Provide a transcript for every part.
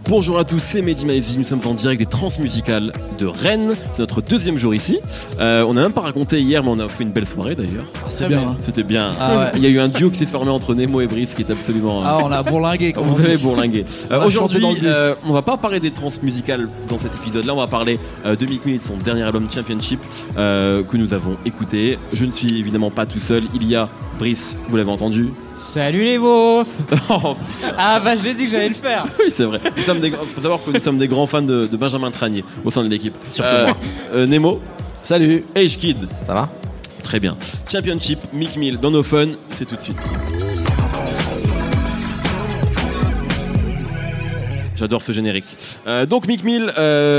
Bonjour à tous, c'est Mehdi Maizy, nous sommes en direct des Transmusicales de Rennes, c'est notre deuxième jour ici. On n'a même pas raconté hier, mais on a fait une belle soirée d'ailleurs. C'était bien. Hein. C'était bien. Ah ouais. Il y a eu un duo qui s'est formé entre Nemo et Brice qui est absolument... on a bourlingué. Vous avez bourlingué. Aujourd'hui, on on va pas parler des Transmusicales dans cet épisode-là, on va parler de Meek Mill et son dernier album Championship que nous avons écouté. Je ne suis évidemment pas tout seul, il y a Brice, vous l'avez entendu. Salut les beaufs. Ah bah j'ai dit que j'allais le faire. Oui c'est vrai. Il faut savoir que nous sommes des grands fans de Benjamin Tranier au sein de l'équipe. Surtout moi. Nemo. Salut. Age Kid. Ça va? Très bien. Championship, Meek Mill dans nos fun, c'est tout de suite. J'adore ce générique. Donc Meek Mill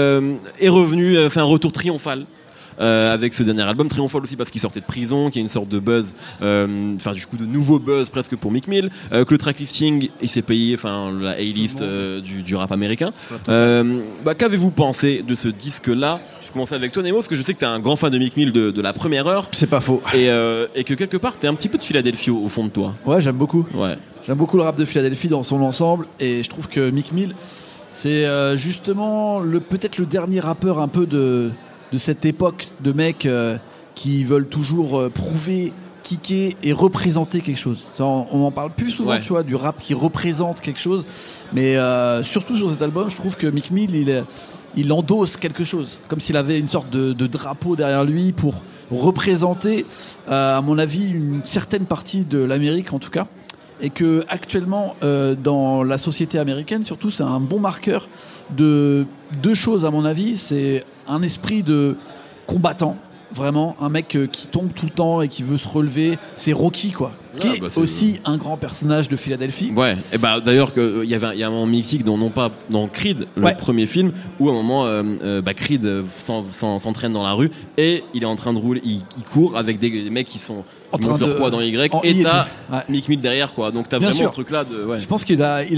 est revenu, fait un retour triomphal. Avec ce dernier album, triomphal aussi parce qu'il sortait de prison, qu'il y a une sorte de buzz, du coup de nouveau buzz presque pour Meek Mill, que le tracklisting il s'est payé, la A-list du rap américain. Qu'avez-vous pensé de ce disque-là? Je commençais avec toi Nemo parce que je sais que t'es un grand fan de Meek Mill de la première heure. C'est pas faux. Et que quelque part t'es un petit peu de Philadelphie au fond de toi. Ouais, j'aime beaucoup. Ouais. J'aime beaucoup le rap de Philadelphie dans son ensemble et je trouve que Meek Mill c'est justement peut-être le dernier rappeur un peu de cette époque de mecs qui veulent toujours prouver, kicker et représenter quelque chose. Ça, on en parle plus souvent, tu vois, du rap qui représente quelque chose. Mais surtout sur cet album, je trouve que Meek Mill, il endosse quelque chose. Comme s'il avait une sorte de drapeau derrière lui pour représenter, à mon avis, une certaine partie de l'Amérique en tout cas. Et que actuellement, dans la société américaine, surtout, c'est un bon marqueur de deux choses à mon avis. C'est un esprit de combattant, vraiment, un mec qui tombe tout le temps et qui veut se relever. C'est Rocky, quoi, qui est aussi un grand personnage de Philadelphie. Ouais. Et d'ailleurs il y a un moment mythique dans Creed, le premier film, où à un moment Creed s'entraîne dans la rue et il est en train de rouler, il court avec des mecs qui sont en train de leur poids dans Y et t'as Meek Mill derrière quoi. Donc t'as vraiment ce truc là de. Ouais. Je pense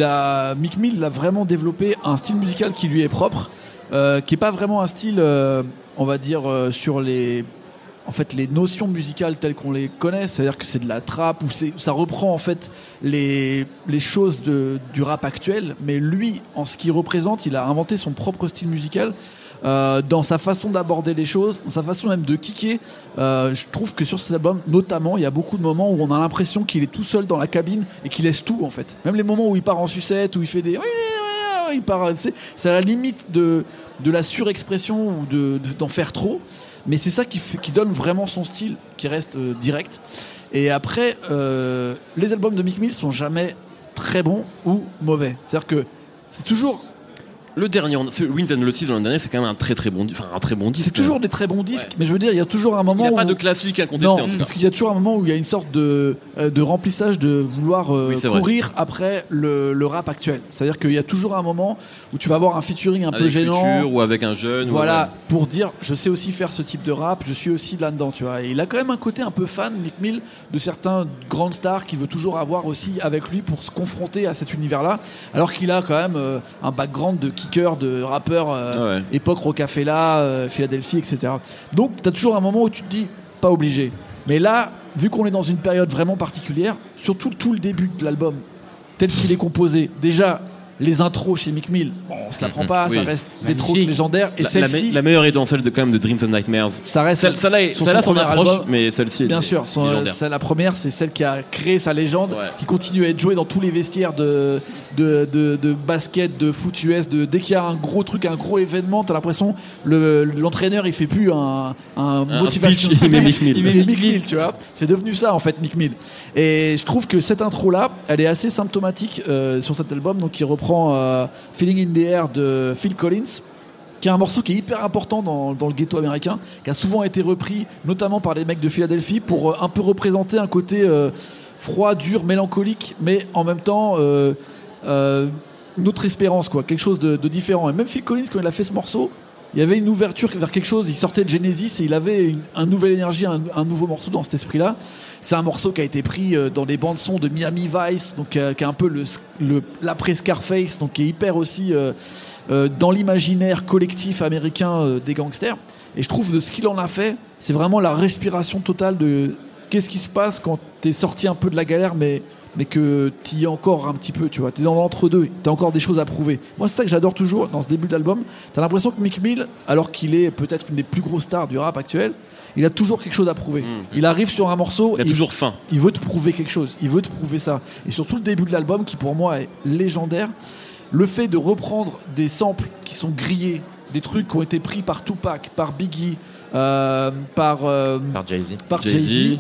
Meek Mill a vraiment développé un style musical qui lui est propre. Qui est pas vraiment un style, on va dire, sur les notions musicales telles qu'on les connaît, c'est-à-dire que c'est de la trap, ça reprend en fait les choses du rap actuel, mais lui, en ce qu'il représente, il a inventé son propre style musical. Dans sa façon d'aborder les choses, dans sa façon même de kicker, je trouve que sur cet album, notamment, il y a beaucoup de moments où on a l'impression qu'il est tout seul dans la cabine et qu'il laisse tout en fait. Même les moments où il part en sucette, où il fait des... c'est à la limite de la surexpression ou d'en faire trop, mais c'est ça qui donne vraiment son style, qui reste direct. Et après, les albums de Meek Mill sont jamais très bons ou mauvais. C'est-à-dire que c'est toujours... Le dernier, Wins and Losses l'an dernier, c'est quand même un très bon disque. C'est toujours des très bons disques, mais je veux dire, il y a toujours un moment. Il n'y a pas de classique à contester. Non, parce qu'il y a toujours un moment où il y a une sorte de remplissage de vouloir courir après le rap actuel. C'est-à-dire qu'il y a toujours un moment où tu vas avoir un featuring un peu gênant, ou avec un jeune. Voilà, pour dire, je sais aussi faire ce type de rap, je suis aussi là-dedans, tu vois. Et il a quand même un côté un peu fan, Meek Mill, de certains grandes stars qu'il veut toujours avoir aussi avec lui pour se confronter à cet univers-là, alors qu'il a quand même un background de kicker, de rappeur époque Rocafella, Philadelphie, etc. Donc t'as toujours un moment où tu te dis pas obligé, mais là vu qu'on est dans une période vraiment particulière, surtout tout le début de l'album tel qu'il est composé, déjà les intros chez Meek Mill, on se la prend pas, ça reste des trucs légendaires. Et celle-ci, la meilleure étant celle de Dreams and Nightmares. Ça reste celle-là son approche, album, mais celle-ci. Bien sûr, la première, c'est celle qui a créé sa légende, qui continue à être jouée dans tous les vestiaires de basket, de foot US. Dès qu'il y a un gros truc, un gros événement, t'as l'impression l'entraîneur il fait plus un motivation. Il met Meek Mill, tu vois. C'est devenu ça en fait, Meek Mill. Et je trouve que cette intro là, elle est assez symptomatique sur cet album, donc qui reprend Feeling in the Air de Phil Collins, qui est un morceau qui est hyper important dans le ghetto américain, qui a souvent été repris notamment par les mecs de Philadelphie pour un peu représenter un côté froid, dur, mélancolique, mais en même temps une autre espérance, quoi, quelque chose de différent. Et même Phil Collins, quand il a fait ce morceau, il y avait une ouverture vers quelque chose, il sortait de Genesis et il avait une nouvelle énergie, un nouveau morceau dans cet esprit-là. C'est un morceau qui a été pris dans les bandes son de Miami Vice, donc qui est un peu l'après Scarface, donc qui est hyper aussi dans l'imaginaire collectif américain des gangsters. Et je trouve de ce qu'il en a fait, c'est vraiment la respiration totale de qu'est-ce qui se passe quand t'es sorti un peu de la galère, mais mais que tu y es encore un petit peu, tu vois. Tu es dans l'entre-deux, tu as encore des choses à prouver. Moi, c'est ça que j'adore toujours dans ce début d'album. Tu as l'impression que Meek Mill, alors qu'il est peut-être une des plus grosses stars du rap actuel, il a toujours quelque chose à prouver. Il arrive sur un morceau, il a toujours faim. Il veut te prouver quelque chose, il veut te prouver ça. Et surtout le début de l'album, qui pour moi est légendaire, le fait de reprendre des samples qui sont grillés, des trucs qui ont été pris par Tupac, par Biggie, par Jay-Z. Jay-Z.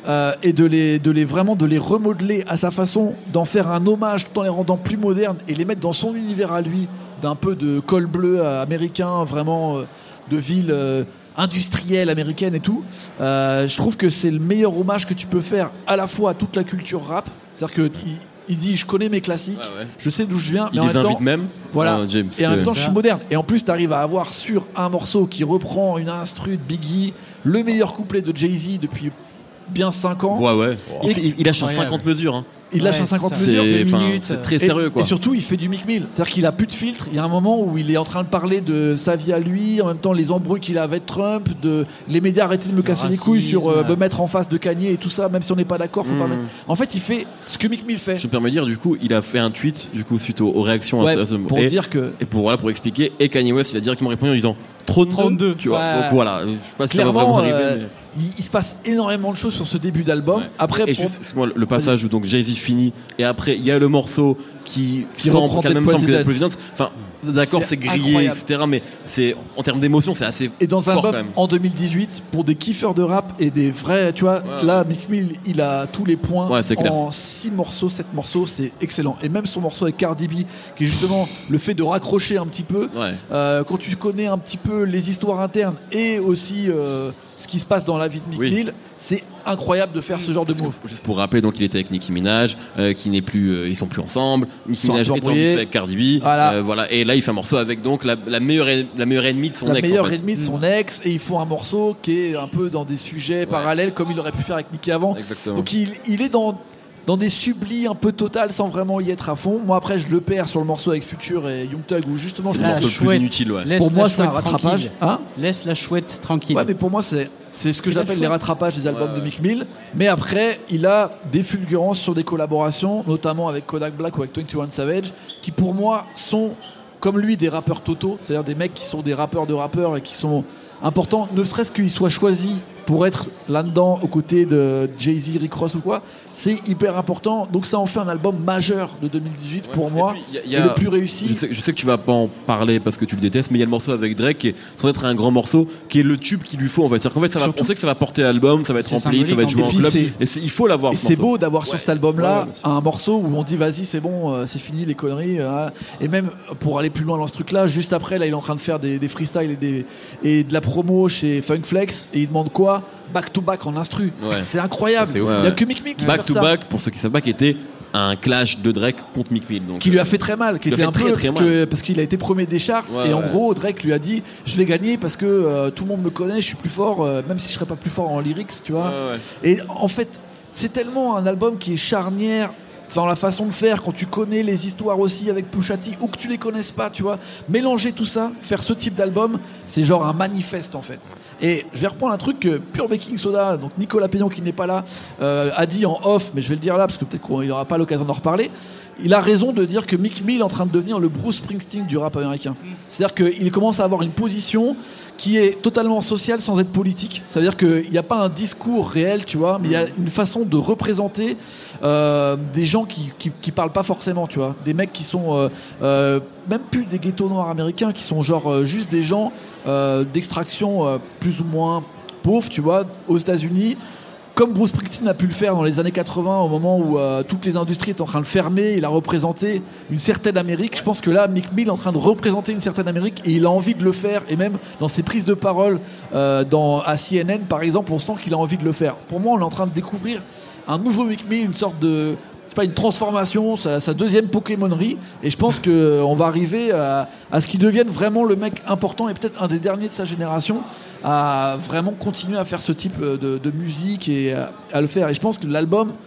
Et de les remodeler à sa façon, d'en faire un hommage tout en les rendant plus modernes et les mettre dans son univers à lui, d'un peu de col bleu américain, vraiment de ville industrielle américaine et tout. Je trouve que c'est le meilleur hommage que tu peux faire à la fois à toute la culture rap, c'est-à-dire que il dit je connais mes classiques, je sais d'où je viens, mais il en les même invite temps, même. voilà. James, et en même temps je suis moderne. Et en plus tu arrives à avoir sur un morceau qui reprend une instru de Biggie, le meilleur couplet de Jay-Z depuis bien 5 ans. Ouais. Il lâche en 50 mesures. Hein. Il lâche un 50 mesures, 2 minutes. C'est très sérieux, quoi. Et surtout, il fait du Meek Mill. C'est-à-dire qu'il a plus de filtre. Il y a un moment où il est en train de parler de sa vie à lui, en même temps les embrouilles qu'il a avec Trump, de les médias arrêtez de me casser les couilles sur me mettre en face de Kanye et tout ça, même si on n'est pas d'accord, faut pas mettre. En fait, il fait ce que Meek Mill fait. Je me permets de dire, du coup, il a fait un tweet, du coup, suite aux réactions à ce pour dire que. Et pour expliquer, et Kanye West, il a directement répondu en disant 32, tu vois. Donc voilà, je sais pas si ça va vraiment arriver. Il se passe énormément de choses sur ce début d'album. Ouais. Après, et juste le passage où donc Jay-Z finit et après il y a le morceau qui semble quand même semble que Presidents. Enfin, d'accord, c'est grillé, incroyable. Etc. Mais c'est en termes d'émotion, c'est assez. Et dans un fort album quand même. En 2018, pour des kiffeurs de rap et des vrais, tu vois, là, Meek Mill, il a tous les points en 6 morceaux, 7 morceaux, c'est excellent. Et même son morceau avec Cardi B, qui est justement le fait de raccrocher un petit peu. Quand tu connais un petit peu les histoires internes et aussi ce qui se passe dans la vie de Meek Mill, c'est incroyable de faire ce genre de move. Juste pour rappeler, donc il était avec Nicki Minaj, qui n'est plus, ils sont plus ensemble. Nicki Minaj est en avec Cardi B, voilà. Et là il fait un morceau avec donc la meilleure ennemie de son ex. La meilleure ennemie de son ex, et ils font un morceau qui est un peu dans des sujets parallèles comme il aurait pu faire avec Nicki avant. Exactement. Donc il est dans des sublis un peu totales sans vraiment y être à fond. Moi après je le perds sur le morceau avec Future et Young Thug où justement c'est le morceau le plus inutile. Pour moi c'est un rattrapage. Laisse la chouette tranquille. Ouais, mais pour moi c'est ce que j'appelle les rattrapages des albums de Meek Mill. Mais après il a des fulgurances sur des collaborations, notamment avec Kodak Black ou avec 21 Savage, qui pour moi sont comme lui des rappeurs totaux, c'est-à-dire des mecs qui sont des rappeurs de rappeurs et qui sont importants, ne serait-ce qu'ils soient choisis pour être là-dedans aux côtés de Jay-Z, Rick Ross ou quoi, c'est hyper important. Donc ça en fait un album majeur de 2018 pour moi, et le plus réussi. Je sais que tu vas pas en parler parce que tu le détestes, mais il y a le morceau avec Drake qui est sans être un grand morceau, qui est le tube qu'il lui faut en fait. C'est-à-dire qu'en fait, on sait que ça va porter l'album, ça va être rempli, ça va être joué en club, et il faut l'avoir. Et c'est beau d'avoir sur cet album-là un morceau où on dit vas-y c'est bon, c'est fini les conneries. Et même pour aller plus loin dans ce truc-là, juste après là il est en train de faire des freestyles et de la promo chez Funk Flex et il demande quoi? Back to back en instru, c'est incroyable. Il n'y a que Meek Mill qui back to back, pour ceux qui savent pas, qui était un clash de Drake contre Meek Mill, donc qui lui a fait très mal, qui était un peu parce qu'il a été premier des charts et en gros Drake lui a dit je vais gagner parce que tout le monde me connaît, je suis plus fort, même si je serais pas plus fort en lyrics, tu vois. Et en fait c'est tellement un album qui est charnière dans la façon de faire, quand tu connais les histoires aussi avec Pusha T ou que tu les connaisses pas, tu vois, mélanger tout ça, faire ce type d'album, c'est genre un manifeste en fait. Et je vais reprendre un truc que Pure Baking Soda, donc Nicolas Peyon qui n'est pas là, a dit en off, mais je vais le dire là parce que peut-être qu'il n'aura pas l'occasion d'en reparler. Il a raison de dire que Meek Mill est en train de devenir le Bruce Springsteen du rap américain. C'est-à-dire qu'il commence à avoir une position qui est totalement sociale sans être politique. C'est-à-dire qu'il n'y a pas un discours réel, tu vois, mais il y a une façon de représenter des gens qui parlent pas forcément, tu vois. Des mecs qui sont même plus des ghettos noirs américains, qui sont genre juste des gens d'extraction plus ou moins pauvres, tu vois, aux États-Unis. Comme Bruce Springsteen a pu le faire dans les années 80 au moment où toutes les industries étaient en train de fermer, il a représenté une certaine Amérique. Je pense que là, Meek Mill est en train de représenter une certaine Amérique et il a envie de le faire. Et même dans ses prises de parole à CNN, par exemple, on sent qu'il a envie de le faire. Pour moi, on est en train de découvrir un nouveau Meek Mill, une sorte de... pas une transformation, sa deuxième Pokémonerie, et je pense qu'on va arriver à ce qu'il devienne vraiment le mec important et peut-être un des derniers de sa génération à vraiment continuer à faire ce type de musique et à le faire. Et je pense que l'album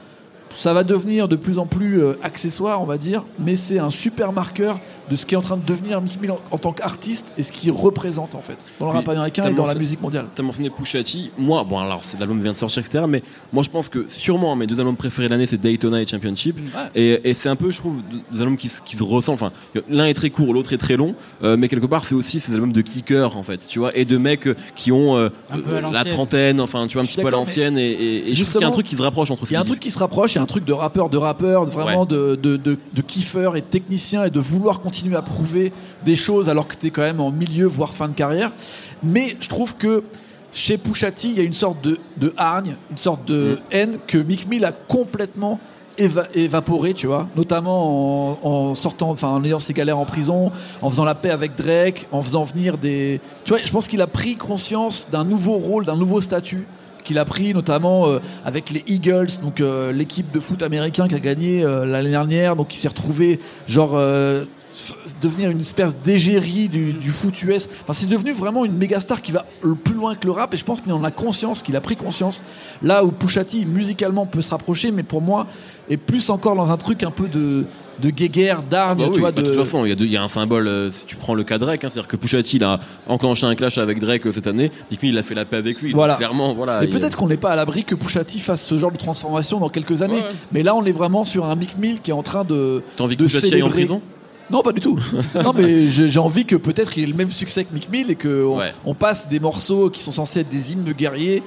ça va devenir de plus en plus accessoire, on va dire, mais c'est un super marqueur de ce qui est en train de devenir Meek Mill en tant qu'artiste et ce qu'il représente en fait dans le rap américain et dans la musique mondiale. T'as mentionné Pusha T. Moi, bon alors l'album vient de sortir, etc. Mais moi je pense que sûrement mes deux albums préférés de l'année c'est Daytona et Championship. Et c'est un peu, je trouve, deux albums qui se ressemblent. Enfin, l'un est très court, l'autre est très long, mais quelque part c'est aussi ces albums de kickers en fait, tu vois, et de mecs qui ont la trentaine, enfin tu vois, un petit peu à l'ancienne. Et je trouve qu'il y a un truc qui se rapproche entre ces deux. Il y a un truc qui se rapproche, il y a un truc de rappeur, vraiment de kiffeur et de technicien et de vouloir continuer à prouver des choses alors que t'es quand même en milieu voire fin de carrière. Mais je trouve que chez Pusha T il y a une sorte de hargne, une sorte de haine que Meek Mill a complètement évaporé, tu vois, notamment en sortant, enfin en ayant ses galères en prison, en faisant la paix avec Drake, en faisant venir des, tu vois, je pense qu'il a pris conscience d'un nouveau rôle, d'un nouveau statut qu'il a pris notamment avec les Eagles, donc l'équipe de foot américain qui a gagné l'année dernière, donc il s'est retrouvé genre devenir une espèce d'égérie du foot US. Enfin, c'est devenu vraiment une méga star qui va le plus loin que le rap, et je pense qu'il en a conscience, qu'il a pris conscience. Là où Pusha T musicalement peut se rapprocher, mais pour moi est plus encore dans un truc un peu de guéguerre, d'arme, tu vois. De toute façon, il y a un symbole. Si tu prends le cas Drake, c'est-à-dire que Pusha T il a enclenché un clash avec Drake cette année, et puis il a fait la paix avec lui. Voilà. Donc, clairement, voilà. Et peut-être qu'on n'est pas à l'abri que Pusha T fasse ce genre de transformation dans quelques années. Ouais. Mais là, on est vraiment sur un Meek Mill qui est en train de. T'as envie que Pusha T aille en prison ? Non, pas du tout. Non, mais j'ai envie que peut-être il ait le même succès que Meek Mill et qu'on passe des morceaux qui sont censés être des hymnes guerriers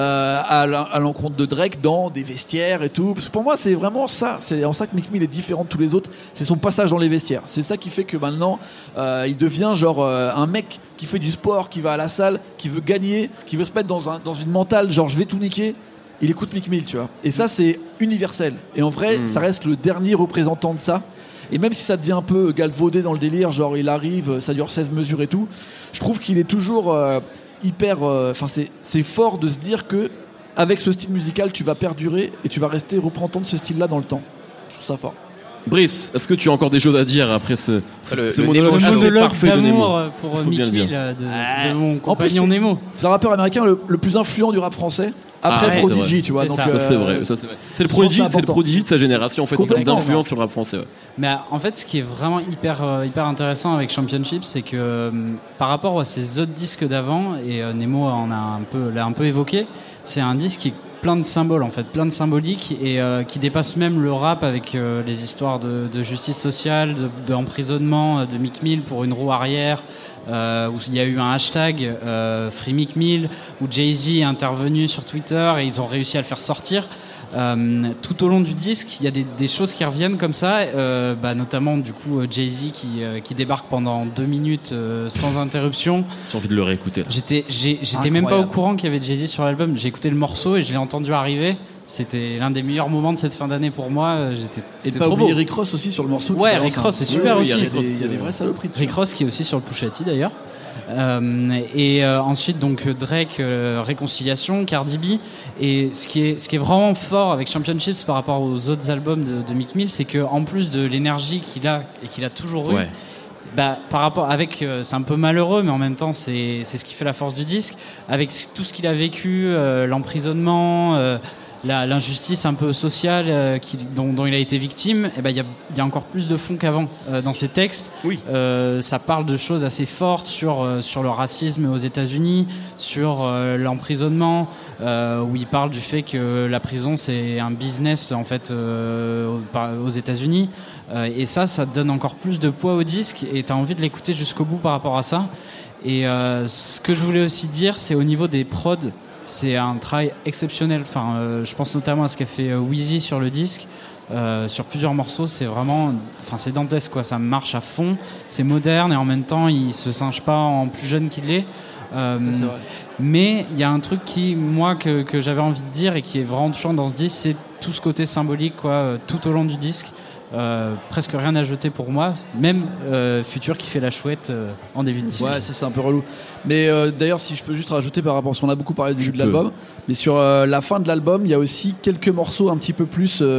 à l'encontre de Drake dans des vestiaires et tout. Parce que pour moi, c'est vraiment ça. C'est en ça que Meek Mill est différent de tous les autres. C'est son passage dans les vestiaires. C'est ça qui fait que maintenant, il devient genre un mec qui fait du sport, qui va à la salle, qui veut gagner, qui veut se mettre dans une mentale genre je vais tout niquer. Il écoute Meek Mill, tu vois. Et ça, c'est universel. Et en vrai, ça reste le dernier représentant de ça. Et même si ça devient un peu galvaudé dans le délire, genre il arrive, ça dure 16 mesures et tout, je trouve qu'il est toujours hyper. Enfin, c'est fort de se dire que avec ce style musical, tu vas perdurer et tu vas rester représentant de ce style-là dans le temps. Je trouve ça fort. Brice, est-ce que tu as encore des choses à dire après ce monologue parfait de Nemo pour Meek Mill de mon compagnon Nemo. C'est le rappeur américain le plus influent du rap français. Après Prodigy, tu vois. Donc, ça, c'est vrai. C'est le Prodigy de sa génération, en fait, en termes d'influence sur le rap français. Ouais. Mais en fait, ce qui est vraiment hyper intéressant avec Championship, c'est que par rapport à ces autres disques d'avant, et Nemo l'a un peu évoqué, c'est un disque qui est plein de symboles, en fait, plein de symboliques, et qui dépasse même le rap avec les histoires de justice sociale, d'emprisonnement de Meek Mill pour une roue arrière. Où il y a eu un hashtag Free Meek Mill, où Jay-Z est intervenu sur Twitter et ils ont réussi à le faire sortir. Tout au long du disque, il y a des choses qui reviennent comme ça, notamment du coup Jay-Z qui débarque pendant 2 minutes sans interruption. J'ai envie de le réécouter. J'étais même pas au courant qu'il y avait Jay-Z sur l'album. J'ai écouté le morceau et je l'ai entendu arriver. C'était l'un des meilleurs moments de cette fin d'année pour moi. C'était trop beau. Rick Ross aussi sur le morceau. Ouais, Rick Ross, c'est super aussi. Il y a des vraies saloperies. Rick Ross qui est aussi sur le Pusha T d'ailleurs. Ensuite donc Drake, Réconciliation, Cardi B, et ce qui est vraiment fort avec Championships par rapport aux autres albums de Meek Mill, c'est que en plus de l'énergie qu'il a et qu'il a toujours eu, par rapport avec c'est un peu malheureux, mais en même temps c'est ce qui fait la force du disque, avec tout ce qu'il a vécu, l'emprisonnement, l'injustice un peu sociale dont il a été victime, il y a encore plus de fond qu'avant dans ses textes. Oui. Ça parle de choses assez fortes sur le racisme aux États-Unis, sur l'emprisonnement, où il parle du fait que la prison c'est un business en fait aux États-Unis, et ça donne encore plus de poids au disque et t'as envie de l'écouter jusqu'au bout par rapport à ça. Et ce que je voulais aussi dire, c'est au niveau des prods. C'est un travail exceptionnel. Enfin, je pense notamment à ce qu'a fait Wheezy sur le disque. Sur plusieurs morceaux, c'est vraiment, c'est dantesque quoi. Ça marche à fond, c'est moderne et en même temps, il se singe pas en plus jeune qu'il est. Ça, c'est vrai. Mais il y a un truc que j'avais envie de dire et qui est vraiment touchant dans ce disque, c'est tout ce côté symbolique quoi, tout au long du disque. Presque rien à jeter pour moi, même Future qui fait la chouette en début de disque. Ouais, c'est un peu relou. Mais d'ailleurs, si je peux juste rajouter par rapport à ce qu'on a beaucoup parlé du début de l'album, mais sur la fin de l'album, il y a aussi quelques morceaux un petit peu plus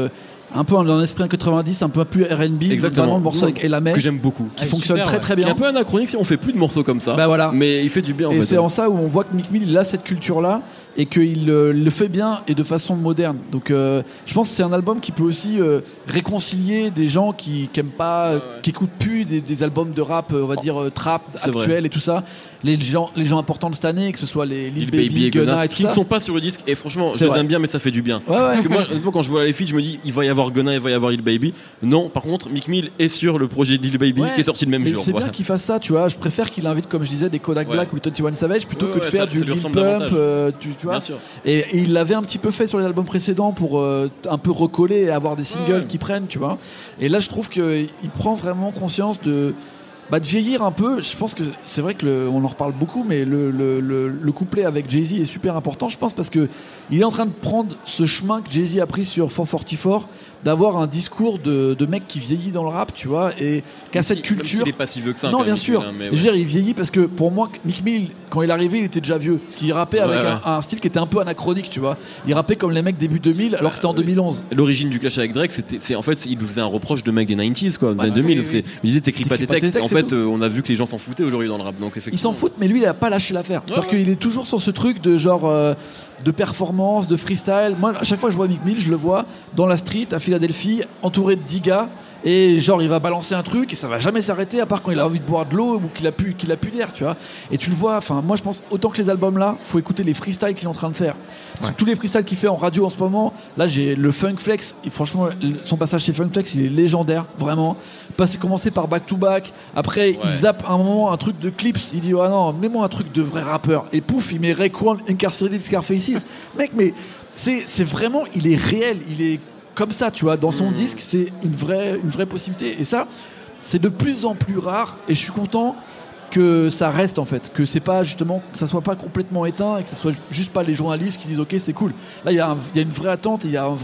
un peu dans l'esprit 90, un peu plus R&B, notamment le morceau avec Elamé que j'aime beaucoup, qui fonctionne très très bien. Qui est un peu anachronique si on fait plus de morceaux comme ça. Bah voilà. Mais il fait du bien. Et c'est en ça où on voit que Meek Mill il a cette culture là et qu'il le fait bien et de façon moderne. Donc je pense que c'est un album qui peut aussi réconcilier des gens qui aiment pas, qui écoutent plus des albums de rap, on va dire trap actuel et tout ça. Les gens importants de cette année, que ce soit les Lil Baby et Gunna et tout qui ça. Qui ne sont pas sur le disque. Et franchement, je les aime bien, mais ça fait du bien. Parce que moi, honnêtement, quand je vois les feats, je me dis, il va y avoir Gunna, il va y avoir Lil Baby. Non, par contre, Meek Mill est sur le projet de Lil Baby qui est sorti le même jour. C'est bien qu'il fasse ça, tu vois. Je préfère qu'il invite, comme je disais, des Kodak Black ou 21 Savage plutôt que de faire du Lil Pump, tu vois. Et il l'avait un petit peu fait sur les albums précédents pour un peu recoller et avoir des singles qui prennent, tu vois. Et là, je trouve qu'il prend vraiment conscience de vieillir un peu. Je pense que c'est vrai que on en reparle beaucoup, mais le couplet avec Jay-Z est super important, je pense, parce que il est en train de prendre ce chemin que Jay-Z a pris sur 444, d'avoir un discours de mec qui vieillit dans le rap, tu vois, et qui a cette culture. Il est pas si vieux que ça. Non, bien sûr. Je veux dire, il vieillit parce que pour moi, Meek Mill, quand il est arrivé, il était déjà vieux. Parce qu'il rappait avec un style qui était un peu anachronique, tu vois. Il rappait comme les mecs début 2000, alors que c'était en 2011. L'origine du clash avec Drake, en fait, il lui faisait un reproche de mec des 90s, quoi, des années 2000. Il disait, t'écris pas tes textes. En fait, on a vu que les gens s'en foutaient aujourd'hui dans le rap. Donc, ils s'en foutent, mais lui, il a pas lâché l'affaire. C'est-à-dire qu'il est toujours sur ce truc de genre de performance, de freestyle. Moi, à chaque fois que je vois Meek Mill, je le vois dans la street à Philadelphie, entouré de 10 gars. Et genre il va balancer un truc et ça va jamais s'arrêter à part quand il a envie de boire de l'eau ou qu'il a plus d'air, tu vois. Et tu le vois, enfin moi je pense autant que les albums là, faut écouter les freestyles qu'il est en train de faire. Tous les freestyles qu'il fait en radio en ce moment, là j'ai le Funk Flex et franchement son passage chez Funk Flex il est légendaire, vraiment. Commencer par Back to Back, après il zappe un moment un truc de Clips, il dit ah non, mets-moi un truc de vrai rappeur et pouf, il met Raekwon Incarcerated Scarfaces. Mec, mais c'est vraiment, il est réel, il est comme ça, tu vois, dans son disque, c'est une vraie possibilité. Et ça, c'est de plus en plus rare. Et je suis content que ça reste, en fait. Que c'est pas, justement, que ça soit pas complètement éteint et que ça soit juste pas les journalistes qui disent OK, c'est cool. Là, il y a une vraie attente et il y a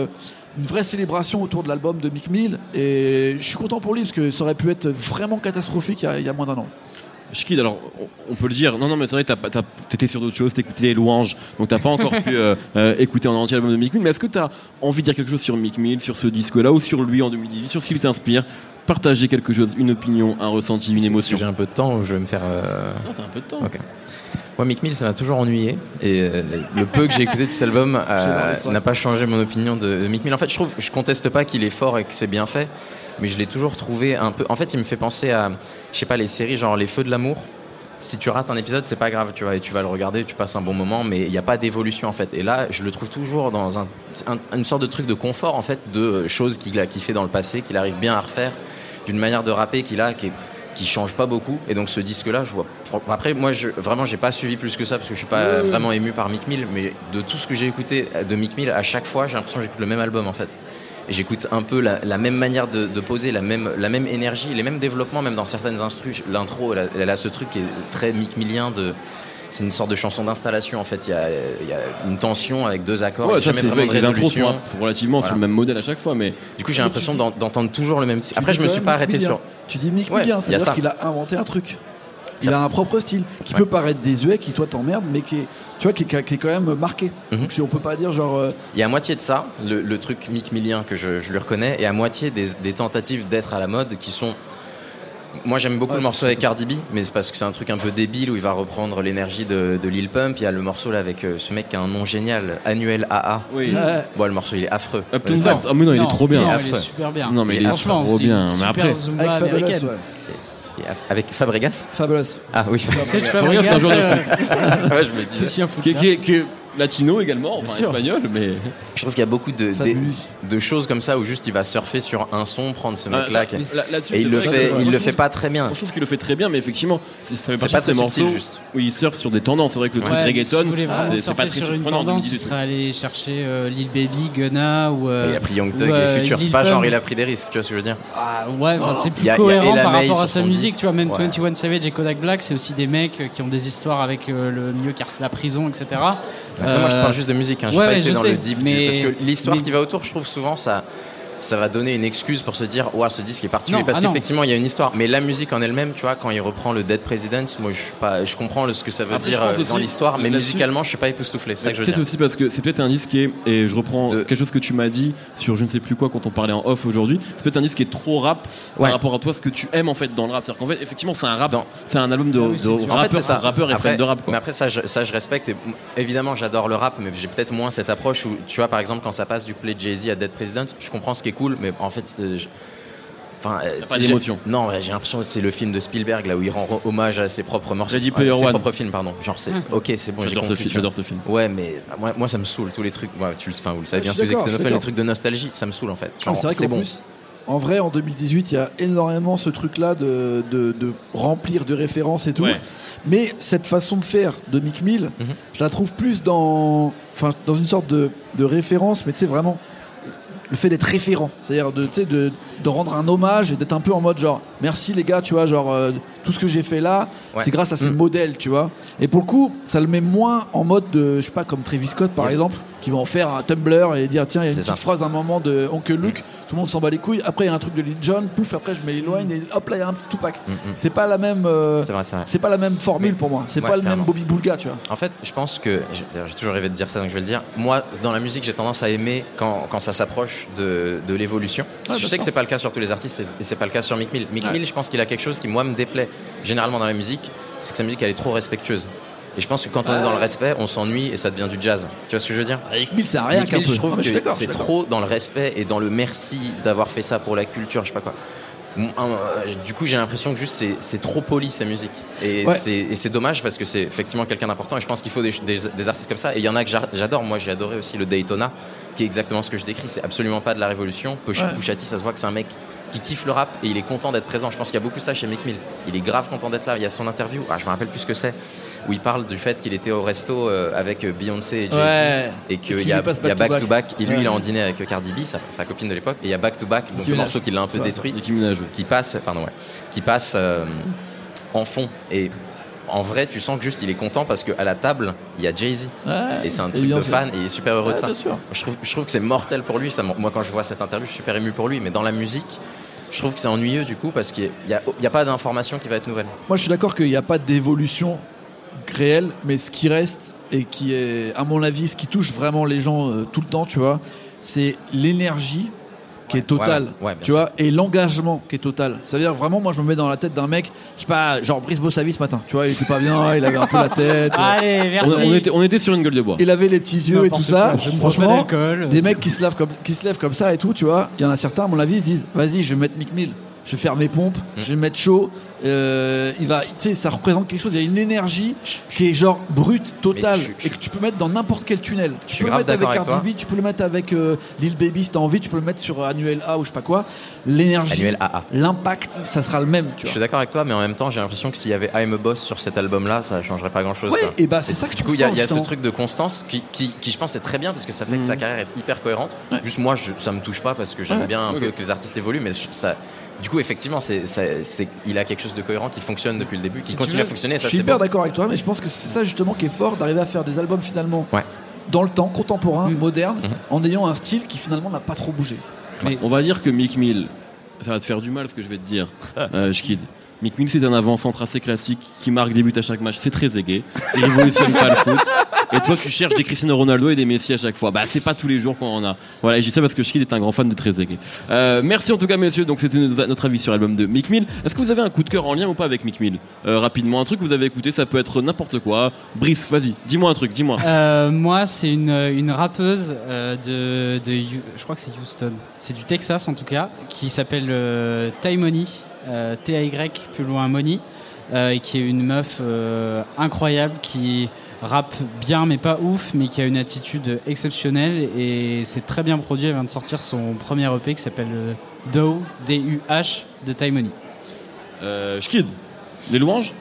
une vraie célébration autour de l'album de Meek Mill. Et je suis content pour lui parce que ça aurait pu être vraiment catastrophique il y a moins d'un an. Schkid, alors on peut le dire, non mais c'est vrai, t'étais sur d'autres choses, t'écoutais les louanges, donc t'as pas encore pu écouter en entier l'album de Meek Mill, mais est-ce que t'as envie de dire quelque chose sur Meek Mill, sur ce disque-là, ou sur lui en 2018, sur ce qui t'inspire, partager quelque chose, une opinion, un ressenti, une émotion? J'ai un peu de temps ou je vais me faire... Non, t'as un peu de temps. Ok. Moi, Meek Mill, ça m'a toujours ennuyé, et le peu que j'ai écouté de cet album n'a pas changé mon opinion de Meek Mill. En fait, je conteste pas qu'il est fort et que c'est bien fait, mais je l'ai toujours trouvé un peu... En fait, il me fait penser à, je sais pas, les séries genre Les Feux de l'amour. Si tu rates un épisode, c'est pas grave, tu vois, et tu vas le regarder, tu passes un bon moment, mais il n'y a pas d'évolution, en fait. Et là, je le trouve toujours dans une sorte de truc de confort, en fait, de choses qu'il a kiffé dans le passé, qu'il arrive bien à refaire, d'une manière de rapper qui change pas beaucoup. Et donc, ce disque-là, je vois... Après, moi, vraiment, j'ai pas suivi plus que ça, parce que je suis pas vraiment ému par Meek Mill, mais de tout ce que j'ai écouté de Meek Mill, à chaque fois, j'ai l'impression que j'écoute le même album, en fait. Et j'écoute un peu la même manière de poser, la même énergie, les mêmes développements, même dans certaines instrus. L'intro, elle a ce truc qui est très Meek Millien c'est une sorte de chanson d'installation, en fait. Il y a une tension avec deux accords. Ouais, ça, c'est vrai que les intros sont relativement sur le même modèle à chaque fois, mais... Du coup, j'ai l'impression d'entendre toujours le même titre. Après, je me suis pas arrêté sur... Tu dis Meek Millien, ça veut dire qu'il a inventé un truc. Il a un propre style qui peut paraître désuet, qui toi t'emmerde, mais qui est quand même marqué. Donc on peut pas dire genre. Il y a à moitié de ça, le truc Meek Millien que je lui reconnais, et à moitié des tentatives d'être à la mode qui sont. Moi j'aime beaucoup le morceau avec Cardi B, mais c'est parce que c'est un truc un peu débile où il va reprendre l'énergie de Lil Pump. Il y a le morceau là avec ce mec qui a un nom génial, Annuel AA. Oui. Bon, le morceau il est affreux. Uptown Dance. Ah mais non, il est trop bien. Il est super bien. Non mais il est trop bien. Mais après. Avec Fabulous, avec Fabregas. Fabulous. Ah oui. C'est Fabregas, c'est un joueur de foot. Ouais, je me disais. Qui est latino également, enfin espagnol, mais... Je trouve qu'il y a beaucoup de choses comme ça où juste il va surfer sur un son, prendre ce mec-là et il le fait pas très bien. Je trouve qu'il le fait très bien, mais effectivement, ça fait c'est partie pas de ces morceaux juste où il surfe sur des tendances. C'est vrai que le truc reggaeton, c'est pas très surprenant. Sur une tendance, il serait allé chercher Lil Baby, Gunna ou... il a pris Young Thug et Future. C'est pas genre il a pris des risques, tu vois ce que je veux dire. Ah ouais, c'est plus cohérent par rapport à sa musique, tu vois. Même 21 Savage et Kodak Black, c'est aussi des mecs qui ont des histoires avec le milieu car la prison, etc. Moi je parle juste de musique, j'ai pas été dans le deep, parce que l'histoire qui va autour, je trouve souvent ça ça va donner une excuse pour se dire ce disque est particulier parce qu'effectivement il y a une histoire, mais la musique en elle-même, tu vois, quand il reprend le Dead President, moi je comprends ce que ça veut dire dans l'histoire, mais musicalement je suis pas époustouflé, c'est ça que je veux dire. Peut-être aussi parce que c'est peut-être un disque qui est, et je reprends quelque chose que tu m'as dit sur je ne sais plus quoi quand on parlait en off aujourd'hui, c'est peut-être un disque qui est trop rap par rapport à toi, ce que tu aimes en fait dans le rap, c'est-à-dire qu'en fait effectivement c'est un rap, c'est un album de rappeur et fan de rap, quoi. Mais après ça je respecte, et évidemment j'adore le rap, mais j'ai peut-être moins cette approche où, tu vois, par exemple quand ça passe du play de Jay-Z à Dead President, je comprends ce qui est cool, mais en fait pas d'émotion. Non, j'ai l'impression que c'est le film de Spielberg là où il rend hommage à ses propres morceaux, ses propres films, pardon. Genre c'est c'est bon, j'adore ce film. Ouais, mais moi ça me saoule tous les trucs. Vous le savez bien, si vous écoutez les trucs de nostalgie, ça me saoule en fait. Genre, c'est vrai qu'en plus, en vrai, en 2018, il y a énormément ce truc-là de remplir de références et tout. Ouais. Mais cette façon de faire de Meek Mill, je la trouve plus dans une sorte de référence, mais tu sais, vraiment le fait d'être référent, c'est-à-dire de rendre un hommage et d'être un peu en mode genre merci les gars, tu vois, genre tout ce que j'ai fait là, c'est grâce à ces modèles, tu vois. Et pour le coup, ça le met moins en mode de, je sais pas, comme Travis Scott par exemple, qui va en faire un Tumblr et dire tiens, il y a une petite phrase d'un moment de Oncle Luke, tout le monde s'en bat les couilles. Après il y a un truc de Lil Jon, pouf, après je mets Lil Wayne et hop là il y a un petit Tupac. C'est pas la même, c'est pas la même formule pour moi. C'est pas le même Bobby Boulga, tu vois. En fait, je pense que j'ai toujours rêvé de dire ça, donc je vais le dire. Moi, dans la musique, j'ai tendance à aimer quand ça s'approche de l'évolution. Je sais que c'est pas le cas sur tous les artistes et c'est pas le cas sur Meek Mill. Meek Mill, je pense qu'il a quelque chose qui moi me déplaît généralement dans la musique, c'est que sa musique elle est trop respectueuse. Et je pense que quand on est dans le respect, on s'ennuie et ça devient du jazz. Tu vois ce que je veux dire? Avec Mill, c'est rien qu'un peu. Je trouve que c'est trop dans le respect et dans le merci d'avoir fait ça pour la culture, je sais pas quoi. Du coup, j'ai l'impression que juste c'est trop poli sa musique. Et c'est dommage parce que c'est effectivement quelqu'un d'important. Et je pense qu'il faut des artistes comme ça. Et il y en a que j'adore. Moi, j'ai adoré aussi le Daytona, qui est exactement ce que je décris. C'est absolument pas de la révolution. Pusha T, ça se voit que c'est un mec qui kiffe le rap et il est content d'être présent. Je pense qu'il y a beaucoup ça chez Meek Mill. Il est grave content d'être là. Il y a son interview, je me rappelle plus ce que c'est, où il parle du fait qu'il était au resto avec Beyoncé et Jay-Z et qu'il y a Back to Back et lui il est en dîner avec Cardi B, sa copine de l'époque, et il y a Back to Back, donc le morceau qui l'a un peu détruit, qui passe en fond. Et en vrai, tu sens que juste il est content parce qu'à la table il y a Jay-Z et c'est un truc de fan et il est super heureux de ça. Je trouve que c'est mortel pour lui. Moi, quand je vois cette interview, je suis super ému pour lui. Mais dans la musique, je trouve que c'est ennuyeux du coup parce qu'il n'y a pas d'information qui va être nouvelle. Moi, je suis d'accord qu'il n'y a pas d'évolution réelle, mais ce qui reste et qui est, à mon avis, ce qui touche vraiment les gens tout le temps, tu vois, c'est l'énergie qui est totale, tu vois, et l'engagement qui est total. Ça veut dire vraiment, moi je me mets dans la tête d'un mec, je sais pas, genre Brice Bossavi ce matin, tu vois, il était pas bien, il avait un peu la tête. Allez, merci. On était sur une gueule de bois. Il avait les petits yeux et tout ça. Franchement, des mecs qui se lèvent comme ça et tout, tu vois, il y en a certains, à mon avis, ils se disent, vas-y, je vais mettre Meek Mill, je vais faire mes pompes, je vais me mettre chaud. Il va, tu sais, ça représente quelque chose. Il y a une énergie qui est genre brute, totale, et que tu peux mettre dans n'importe quel tunnel. Tu peux le mettre avec Cardi B, tu peux le mettre avec Lil Baby si t'as envie, tu peux le mettre sur Annuel A ou je sais pas quoi. L'énergie, l'impact, ça sera le même. Tu vois. Je suis d'accord avec toi, mais en même temps, j'ai l'impression que s'il y avait I'm a Boss sur cet album-là, ça changerait pas grand-chose. Ouais, et bah c'est ça que du coup, il y a ce truc de constance qui je pense, est très bien parce que ça fait que sa carrière est hyper cohérente. Juste moi, ça me touche pas parce que j'aime bien un peu que les artistes évoluent, mais ça. Du coup, effectivement, il a quelque chose de cohérent qui fonctionne depuis le début, qui continue à fonctionner. Je suis hyper d'accord avec toi, mais je pense que c'est ça justement qui est fort, d'arriver à faire des albums finalement dans le temps, contemporain, moderne, en ayant un style qui finalement n'a pas trop bougé. Mais on va dire que Meek Mill, ça va te faire du mal ce que je vais te dire, Schkid. Meek Mill, c'est un avant-centre assez classique qui marque des buts à chaque match. C'est très aigué. Il révolutionne pas le foot. Et toi, tu cherches des Cristiano Ronaldo et des Messi à chaque fois. Bah, c'est pas tous les jours qu'on en a. Voilà, et je dis ça parce que Schkid est un grand fan de Trezeguet. Merci en tout cas, messieurs. Donc, c'était notre avis sur l'album de Meek Mill. Est-ce que vous avez un coup de cœur en lien ou pas avec Meek Mill? Rapidement, un truc que vous avez écouté, ça peut être n'importe quoi. Brice, vas-y, dis-moi un truc, dis-moi. Moi, c'est une rappeuse je crois que c'est Houston. C'est du Texas en tout cas, qui s'appelle Taimoni. T-A-Y, plus loin Money, et qui est une meuf incroyable qui rappe bien mais pas ouf, mais qui a une attitude exceptionnelle et c'est très bien produit. Elle vient de sortir son premier EP qui s'appelle Dow, D-U-H, de Taimoni. Schkid, les louanges?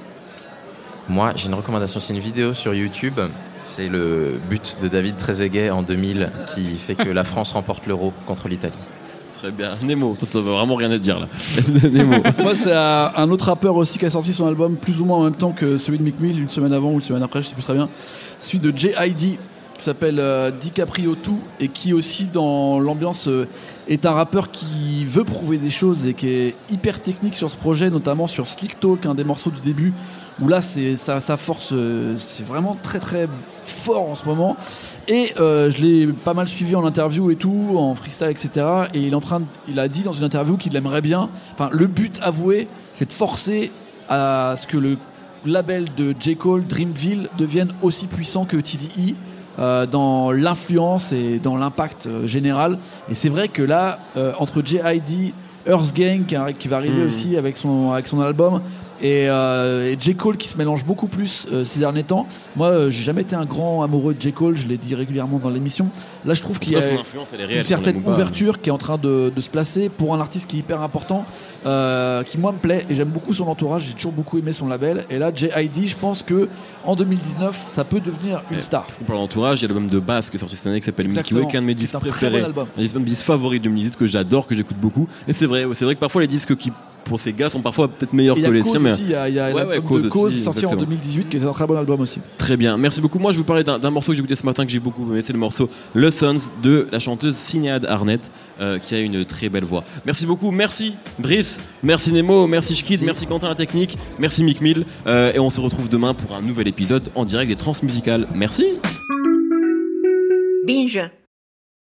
Moi, j'ai une recommandation, c'est une vidéo sur YouTube. C'est le but de David Trezeguet en 2000 qui fait que la France remporte l'Euro contre l'Italie. Très bien. Nemo, ça veut vraiment rien à dire là. Nemo. Moi, c'est un autre rappeur aussi qui a sorti son album plus ou moins en même temps que celui de Meek Mill, une semaine avant ou une semaine après, je sais plus très bien. Celui de J.I.D. qui s'appelle DiCaprio 2 et qui aussi dans l'ambiance est un rappeur qui veut prouver des choses et qui est hyper technique sur ce projet, notamment sur Slick Talk, un des morceaux du début, où là c'est sa force, c'est vraiment très très fort en ce moment. Et je l'ai pas mal suivi en interview et tout, en freestyle, etc. Et il a dit dans une interview qu'il aimerait bien, enfin le but avoué, c'est de forcer à ce que le label de J. Cole, Dreamville, devienne aussi puissant que TDE dans l'influence et dans l'impact général. Et c'est vrai que là, entre J.I.D., Earth Gang qui va arriver aussi avec son album, et J. Cole qui se mélange beaucoup plus ces derniers temps. Moi, j'ai jamais été un grand amoureux de J. Cole, je l'ai dit régulièrement dans l'émission. Là, je trouve qu'il y a une certaine ouverture qui est en train de se placer pour un artiste qui est hyper important, qui moi me plaît, et j'aime beaucoup son entourage, j'ai toujours beaucoup aimé son label. Et là, J.I.D., je pense que en 2019, ça peut devenir une star. Parce qu'on parle d'entourage, il y a l'album de Bass qui est sorti cette année qui s'appelle Milky Way, qui est un de mes disques préférés, un de mes disques favoris de 2018 que j'adore, que j'écoute beaucoup. Et c'est vrai que parfois les disques qui pour ces gars sont parfois peut-être meilleurs que les siens, mais il y a l'album de Cause sorti en 2018 qui est un très bon album aussi. Très bien, merci beaucoup. Moi je vais vous parler d'un morceau que j'ai écouté ce matin que j'ai beaucoup aimé, c'est le morceau Lessons de la chanteuse Sinéad Arnett qui a une très belle voix. Merci beaucoup, merci Brice, merci Nemo, merci Schkid, merci Quentin la technique, merci Mick Mill, et on se retrouve demain pour un nouvel épisode en direct des Transmusicales. Merci. Binge.